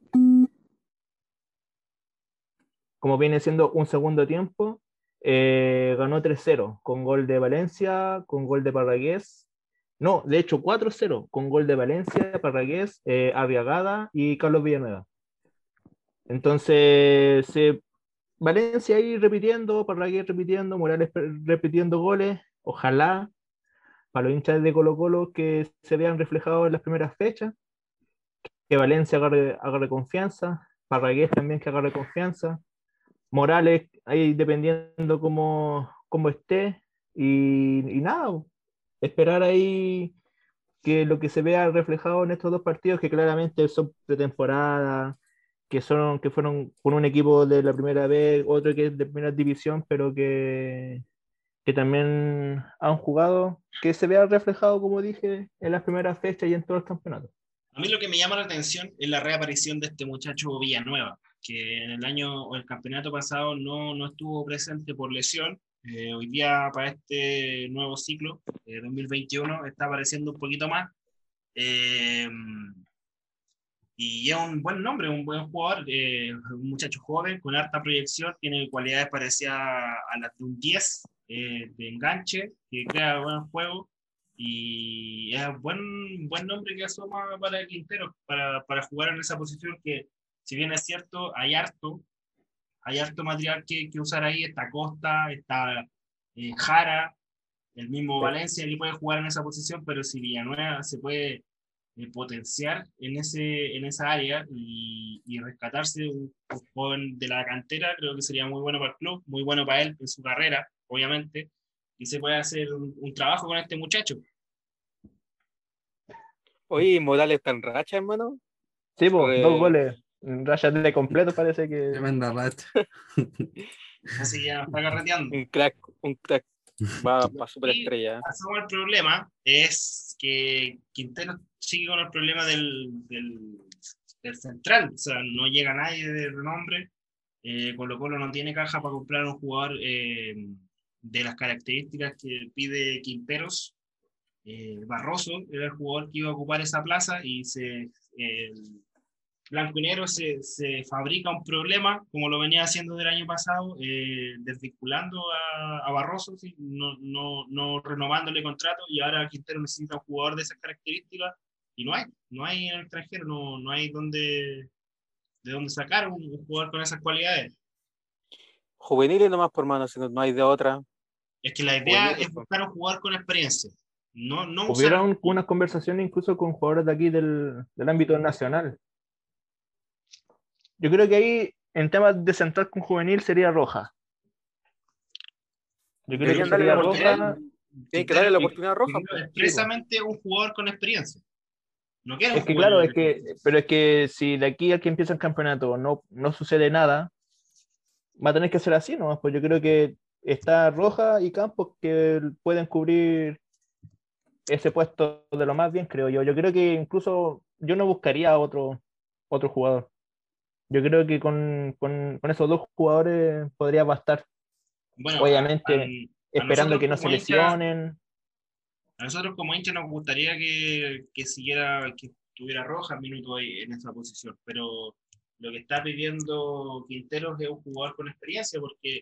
como viene siendo un segundo tiempo, eh, ganó tres cero con gol de Valencia, con gol de Parragués. No, de hecho cuatro cero con gol de Valencia, Parragués, eh, Arriagada y Carlos Villanueva. Entonces, se Valencia ahí repitiendo, Parragués repitiendo, Morales repitiendo goles. Ojalá para los hinchas de Colo Colo que se vean reflejados en las primeras fechas, que Valencia agarre, agarre confianza, Parragués también que agarre confianza, Morales ahí dependiendo cómo, cómo esté, y, y nada, esperar ahí que lo que se vea reflejado en estos dos partidos, que claramente son pretemporada, que son que fueron con un equipo de la primera vez, otro que es de primera división, pero que, que también han jugado, que se vea reflejado, como dije, en las primeras fechas y en todo el campeonato. A mí lo que me llama la atención es la reaparición de este muchacho Villanueva, que en el año o el campeonato pasado no, no estuvo presente por lesión. Eh, hoy día para este nuevo ciclo, eh, dos mil veintiuno, está apareciendo un poquito más. Eh, y es un buen nombre, un buen jugador, eh, un muchacho joven con harta proyección, tiene cualidades parecidas a las de un diez, eh, de enganche, que crea buen juego, y es un buen, buen nombre que asoma para Quintero, para, para jugar en esa posición que, si bien es cierto, hay harto, hay harto material que, que usar ahí, está Costa, está eh, Jara, el mismo Sí. Valencia que puede jugar en esa posición, pero si Villanueva se puede eh, potenciar en, ese, en esa área y, y rescatarse un, un joven de la cantera, creo que sería muy bueno para el club, muy bueno para él en su carrera, obviamente, y se puede hacer un, un trabajo con este muchacho. Oye, Morales está en racha, hermano. Sí, pues, dos Eh, goles, rayas de completo parece que... Tremenda racha. Así ya está carreteando. un crack, un crack. Va para Y superestrella. pasamos al problema, es que Quintero sigue con el problema del, del, del central, o sea, no llega nadie de renombre. Eh, Colo Colo no tiene caja para comprar un jugador eh, de las características que pide Quinteros. Eh, Barroso era el jugador que iba a ocupar esa plaza y se, eh, Blanco y Negro se, se fabrica un problema, como lo venía haciendo del año pasado, eh, desvinculando a, a Barroso, ¿sí? no, no, no renovándole contrato, y ahora Quintero necesita un jugador de esas características y no hay, no hay en el extranjero, no, no hay donde, ¿De dónde sacar un, un jugador con esas cualidades? Juveniles nomás, por mano, si no, no hay de otra. Es que la idea Juveniles, es pues. buscar un jugador con experiencia, no, no usar... Hubieron unas conversaciones incluso con jugadores de aquí del, del ámbito nacional. Yo creo que ahí, en temas de central con juvenil, sería Roja. Yo creo que Deberían darle la sería oportunidad. Roja. Tienen que darle la Quintero- oportunidad a Rojas, Quintero pues. expresamente un jugador con experiencia. No quiere un Es que jugador... claro, es que, pero es que si de aquí a que empieza el campeonato no, no sucede nada, va a tener que ser así, ¿no? Pues yo creo que está Roja y Campos que pueden cubrir ese puesto de lo más bien, creo yo. Yo creo que incluso yo no buscaría otro, otro jugador. Yo creo que con, con, con esos dos jugadores podría bastar. Bueno, a, a- Obviamente, a esperando nosotros que no se como hincha, lesionen. a nosotros como hincha nos gustaría que, que siguiera, que tuviera Rojas minutos ahí en esa posición, pero lo que está pidiendo Quinteros es un jugador con experiencia, porque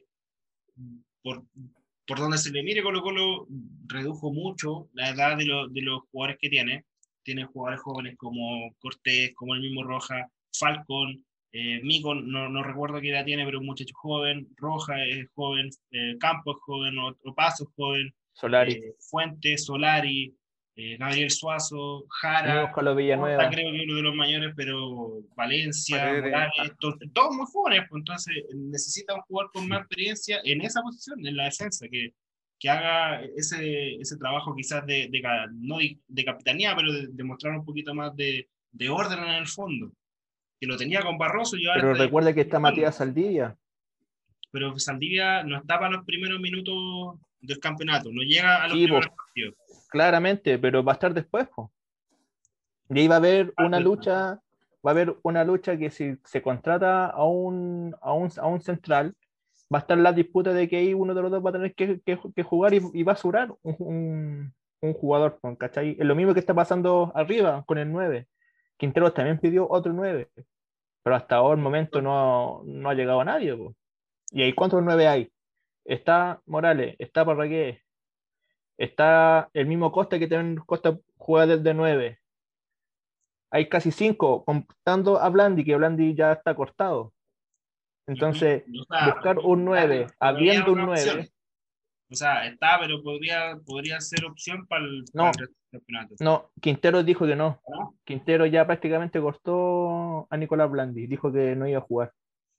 por, por donde se le mire Colo Colo redujo mucho la edad de, lo, de los jugadores que tiene. Tiene jugadores jóvenes como Cortés, como el mismo Rojas, Falcon, eh, Mico, no, no recuerdo qué edad tiene, pero un muchacho joven, Rojas es joven, eh, Campos es joven, otro Paso es joven, Solari, eh, Fuentes, Solari, eh, Gabriel Suazo, el mismo Jara, Carlos Costa Villanueva. creo que uno de los mayores, pero Valencia, Paredes, Morales, to- todos muy jóvenes, pues entonces necesita un jugador con más experiencia en esa posición, en la defensa, que, que haga ese, ese trabajo quizás de, de ca- no de, de capitanía, pero de, de mostrar un poquito más de, de orden en el fondo, que lo tenía con Barroso y ahora Pero está recuerda que difícil está buscarlo. Matías Saldivia. Pero Saldivia no está para los primeros minutos del campeonato, no llega a los Sí, primeros po, partidos. claramente, pero va a estar después, po. Y ahí va a haber una Falta- lucha, va a haber una lucha que si se contrata a un, a un, a un central, va a estar la disputa de que ahí uno de los dos va a tener que, que, que jugar y, y va a sobrar un, un, un jugador, ¿cachai? Es lo mismo que está pasando arriba con el nueve. Quinteros también pidió otro nueve, pero hasta ahora el momento no, no ha llegado a nadie, po. ¿Y ahí cuántos nueve hay? Está Morales, está Parragués, está el mismo Costa que también Costa juega desde nueve. Hay casi cinco, contando a Blandi, que Blandi ya está cortado. Entonces, Ujú. O sea, buscar un nueve, todavía habiendo un otra nueve, opción. O sea, está, pero podría, podría ser opción para el, para no, el resto del campeonato. no, Quintero dijo que no. ¿No? Quintero ya prácticamente cortó a Nicolás Blandi, dijo que no iba a jugar.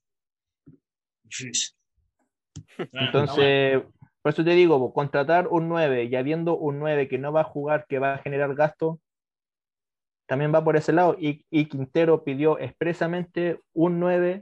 Bueno, está bueno. Entonces, por eso te digo, po, contratar un nueve y habiendo un nueve que no va a jugar, que va a generar gasto, también va por ese lado. Y, y Quintero pidió expresamente un nueve,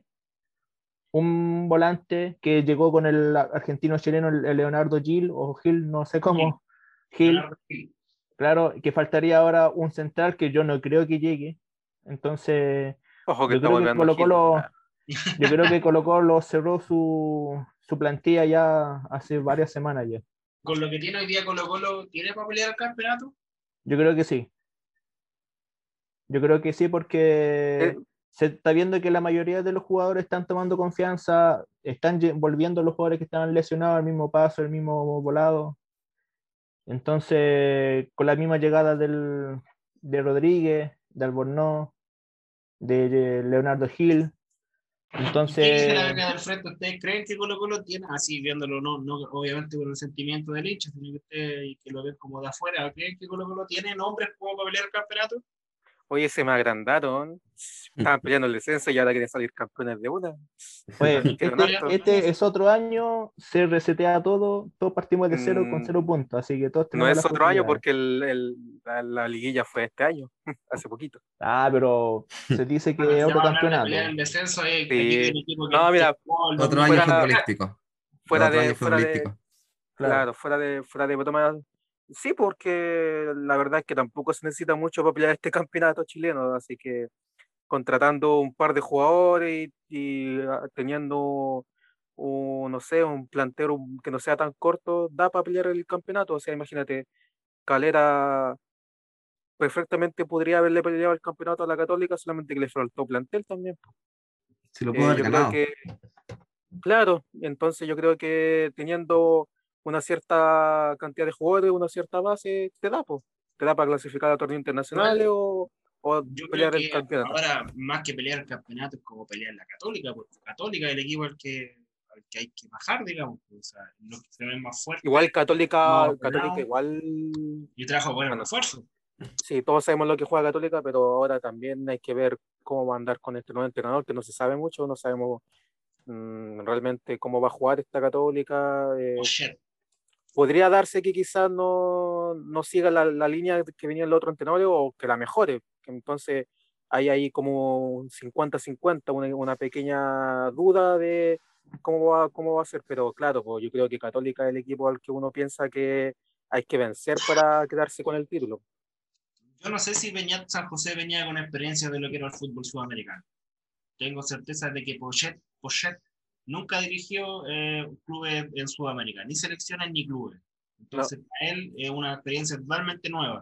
un volante que llegó con el argentino chileno, el Leonardo Gil, o Gil, no sé cómo, Gil, Leonardo Gil. claro, que faltaría ahora un central que yo no creo que llegue. Entonces, ojo que yo está creo que volviendo Colo Gil. Colo, Ah, yo creo que Colo Colo cerró su, su plantilla ya hace varias semanas ya. Con lo que tiene hoy día Colo Colo, ¿tiene para pelear el campeonato? Yo creo que sí. Yo creo que sí, eh, porque se está viendo que la mayoría de los jugadores están tomando confianza, están lle- volviendo los jugadores que estaban lesionados al mismo paso, el mismo volado. Entonces, con la misma llegada del, de Rodríguez, de Albornoz, de, de Leonardo Gil. ¿Y qué dice la Entonces, beca del frente? ¿Ustedes creen que Colo Colo tiene, así viéndolo, no, no obviamente con el sentimiento del hincha, sino que ustedes que lo ven como de afuera, ¿creen que Colo Colo tiene nombres como para pelear el campeonato? oye, se me agrandaron. Estaban peleando el descenso y ahora quieren salir campeones de una. oye, Admitieron este, harto. este es otro año, se resetea todo, todos partimos de cero con Mm, cero puntos, así que todos no tenemos es las otro año posibilidades. porque el, el- la, la liguilla fue este año, hace poquito. Ah, pero se dice Bueno, que es si otro vamos a hablar de pelear campeonato. el descenso, eh, aquí hay Sí. un equipo que, No, que mira, jugó el Otro año dos mil veinte. fuera, futbolístico. fuera Otro de, año fuera de, futbolístico. Claro. claro, fuera de, fuera de broma. Sí, porque la verdad es que tampoco se necesita mucho para pelear este campeonato chileno, así que contratando un par de jugadores y, y, ah, teniendo un, no sé, un plantero que no sea tan corto, da para pelear el campeonato. O sea, imagínate, Calera perfectamente podría haberle peleado el campeonato a la Católica, solamente que le faltó plantel también. Si lo pudo Eh, haber yo creo ganado. que, claro, entonces yo creo que teniendo una cierta cantidad de jugadores, una cierta base, te da, po. Te da para clasificar a torneos internacionales o, o Yo creo pelear el que campeonato. ahora, más que pelear el campeonato, es como pelear la Católica, porque Católica es el equipo al que, al que hay que bajar, digamos. O sea, los que se ven más fuertes, Igual Católica, más Católica ordenados, igual, y trajo buenos bueno, refuerzos. sí, todos sabemos lo que juega Católica, pero ahora también hay que ver cómo va a andar con este nuevo entrenador, que no se sabe mucho, no sabemos mm, realmente cómo va a jugar esta Católica. eh, Oh, shit. podría darse que quizás no, no siga la, la línea que venía el otro entrenador o que la mejore. Que entonces hay ahí como un cincuenta cincuenta, una, una pequeña duda de cómo va, cómo va a ser. Pero claro, pues yo creo que Católica es el equipo al que uno piensa que hay que vencer para quedarse con el título. Yo no sé si Beñat San José venía con experiencia de lo que era el fútbol sudamericano. Tengo certeza de que Pochet, Pochet nunca dirigió eh, clubes en Sudamérica, ni selecciones ni clubes. No, Entonces, para él es una experiencia totalmente nueva.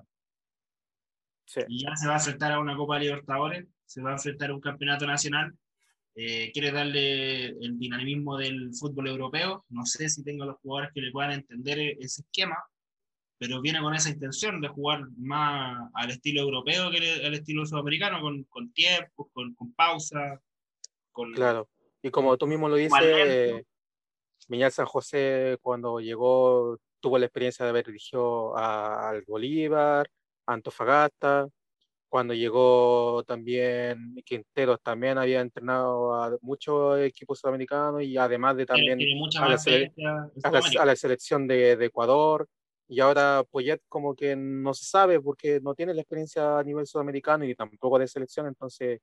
sí. Y ya se va a enfrentar a una Copa Libertadores, se va a enfrentar a un campeonato nacional. Eh, quiere darle el dinamismo del fútbol europeo. No sé si tengo los jugadores que le puedan entender ese esquema, pero viene con esa intención de jugar más al estilo europeo que al estilo sudamericano, con, con tiempo, con, con pausa, con, Claro. Y con como tú mismo lo más dices, lento. eh, Miñal San José cuando llegó tuvo la experiencia de haber dirigido a- al Bolívar, a Antofagasta. Cuando llegó también Quinteros, también había entrenado a muchos equipos sudamericanos y además de Tiene, también tiene mucha a la, más sele- experiencia en a la, a Sudamérica. la selección de, de Ecuador. Y ahora Poyet como que no se sabe porque no tiene la experiencia a nivel sudamericano y tampoco de selección, entonces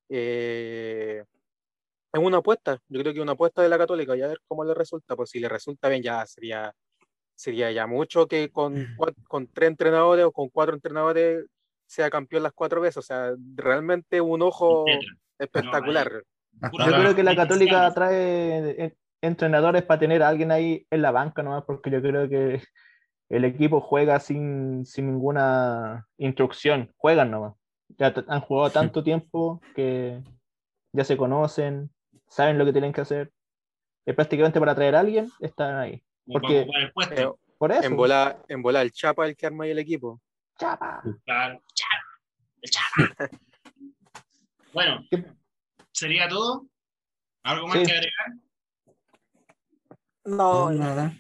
eh, es una apuesta. Yo creo que es una apuesta de la Católica y a ver cómo le resulta. Pues si le resulta bien ya sería, sería ya mucho que con, cua- con tres entrenadores o con cuatro entrenadores sea campeón las cuatro veces. O sea, realmente un ojo Etcétera. No, ahí, espectacular. Hasta puro Yo creo ahora, que la trabajo Católica inicial. trae eh, entrenadores para tener a alguien ahí en la banca nomás, porque yo creo que el equipo juega sin, sin ninguna instrucción, juegan nomás. Ya t- han jugado tanto tiempo que ya se conocen, saben lo que tienen que hacer. Es prácticamente para traer a alguien, están ahí. Como para Porque ocupar el Eh, puesto. por en eso, volar, en volar el Chapa el que arma ahí el equipo. chapa. Claro. El Chapa. Bueno, ¿Qué? sería todo. ¿Algo más que Sí, agregar? no, No, nada.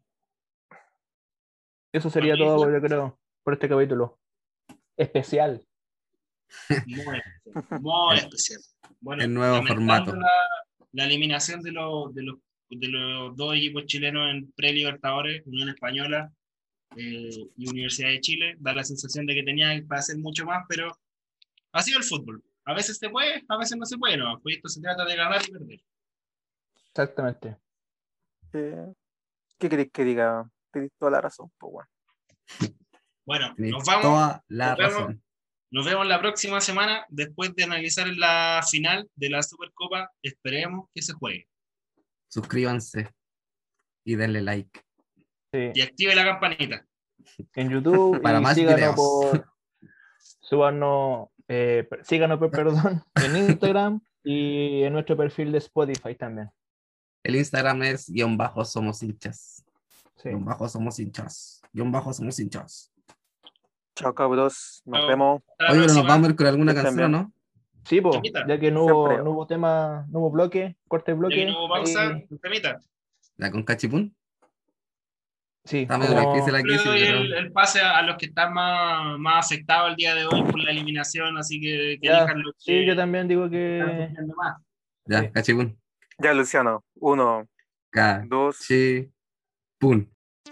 eso Juan sería todo, Luis, yo creo, por este capítulo especial. muy especial. Muy El, especial. Bueno, el nuevo lamentando formato. la, la eliminación de los, de, los, de los dos equipos chilenos en pre-Libertadores, Unión Española eh, y Universidad de Chile, da la sensación de que tenía para hacer mucho más, pero ha sido el fútbol. A veces se puede, a veces no se puede, no. Pues esto se trata de ganar y perder. Exactamente. eh, ¿qué queréis que diga? Tenéis toda la razón, pues bueno. Bueno, Tienes nos vamos. toda la Nos vemos. razón. Nos vemos la próxima semana después de analizar la final de la Supercopa. Esperemos que se juegue. Suscríbanse y denle like. Sí. Y active la campanita. En YouTube Para y más síganos videos. por súbanos, eh, per- síganos, per- perdón, en Instagram y en nuestro perfil de Spotify también. El Instagram es guión bajo somos hinchas. Sí. Guión bajo somos hinchas. Guión bajo somos hinchas. Chao, cabros. Nos Chao. vemos. Hasta la Oye, pero nos próxima. vamos a ir con Que alguna estén canción, ¿o bien. no? Sí, po, Temita. ya que no hubo, Siempre. no hubo tema, no hubo bloque, corte de Ya que bloque, no hubo pausa, ahí temita. La con Cachipún. sí, Está medio como difícil Yo le aquí, sí, doy pero el, el pase a, a los que están más, más afectados el día de hoy por la eliminación, así que, que ya, elijan los sí, yo que también digo están que sufriendo más. ya, sí. Cachipún. Ya, Luciano. Uno, dos. Cachipún.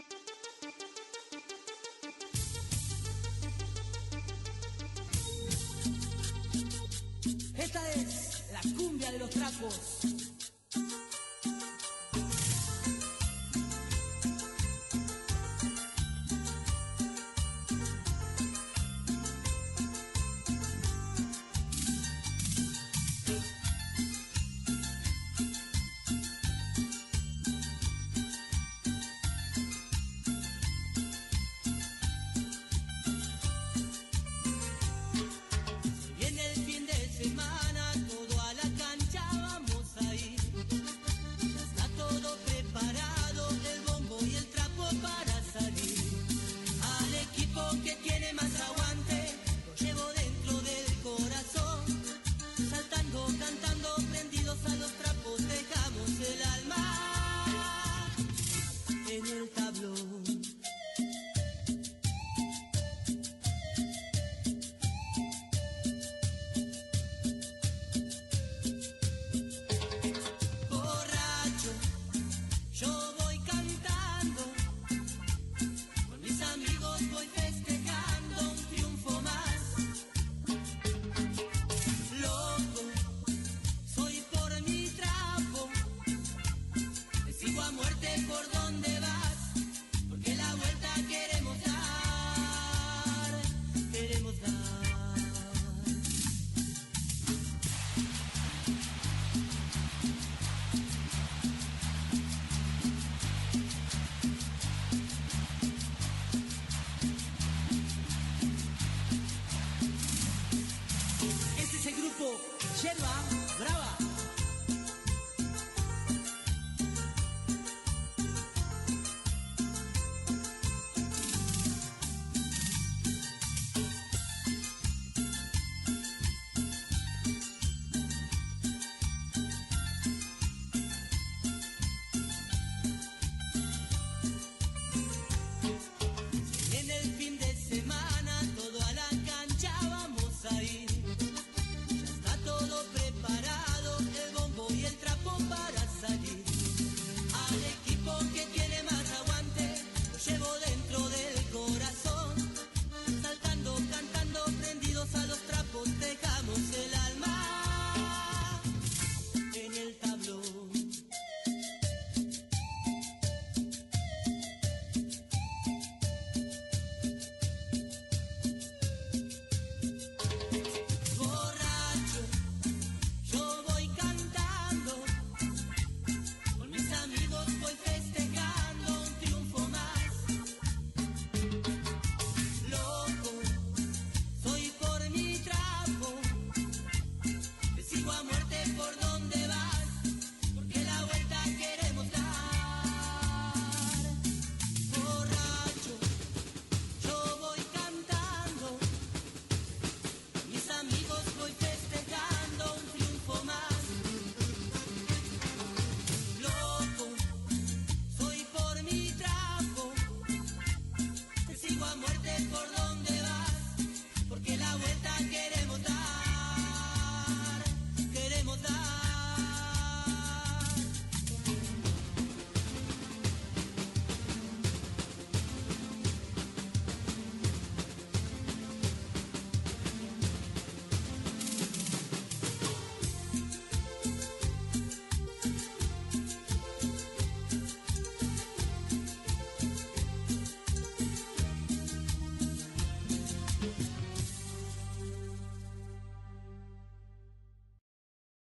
Esta es la cumbia de los trapos. Viene el fin de semana, todo a la cancha vamos a ir. diablo.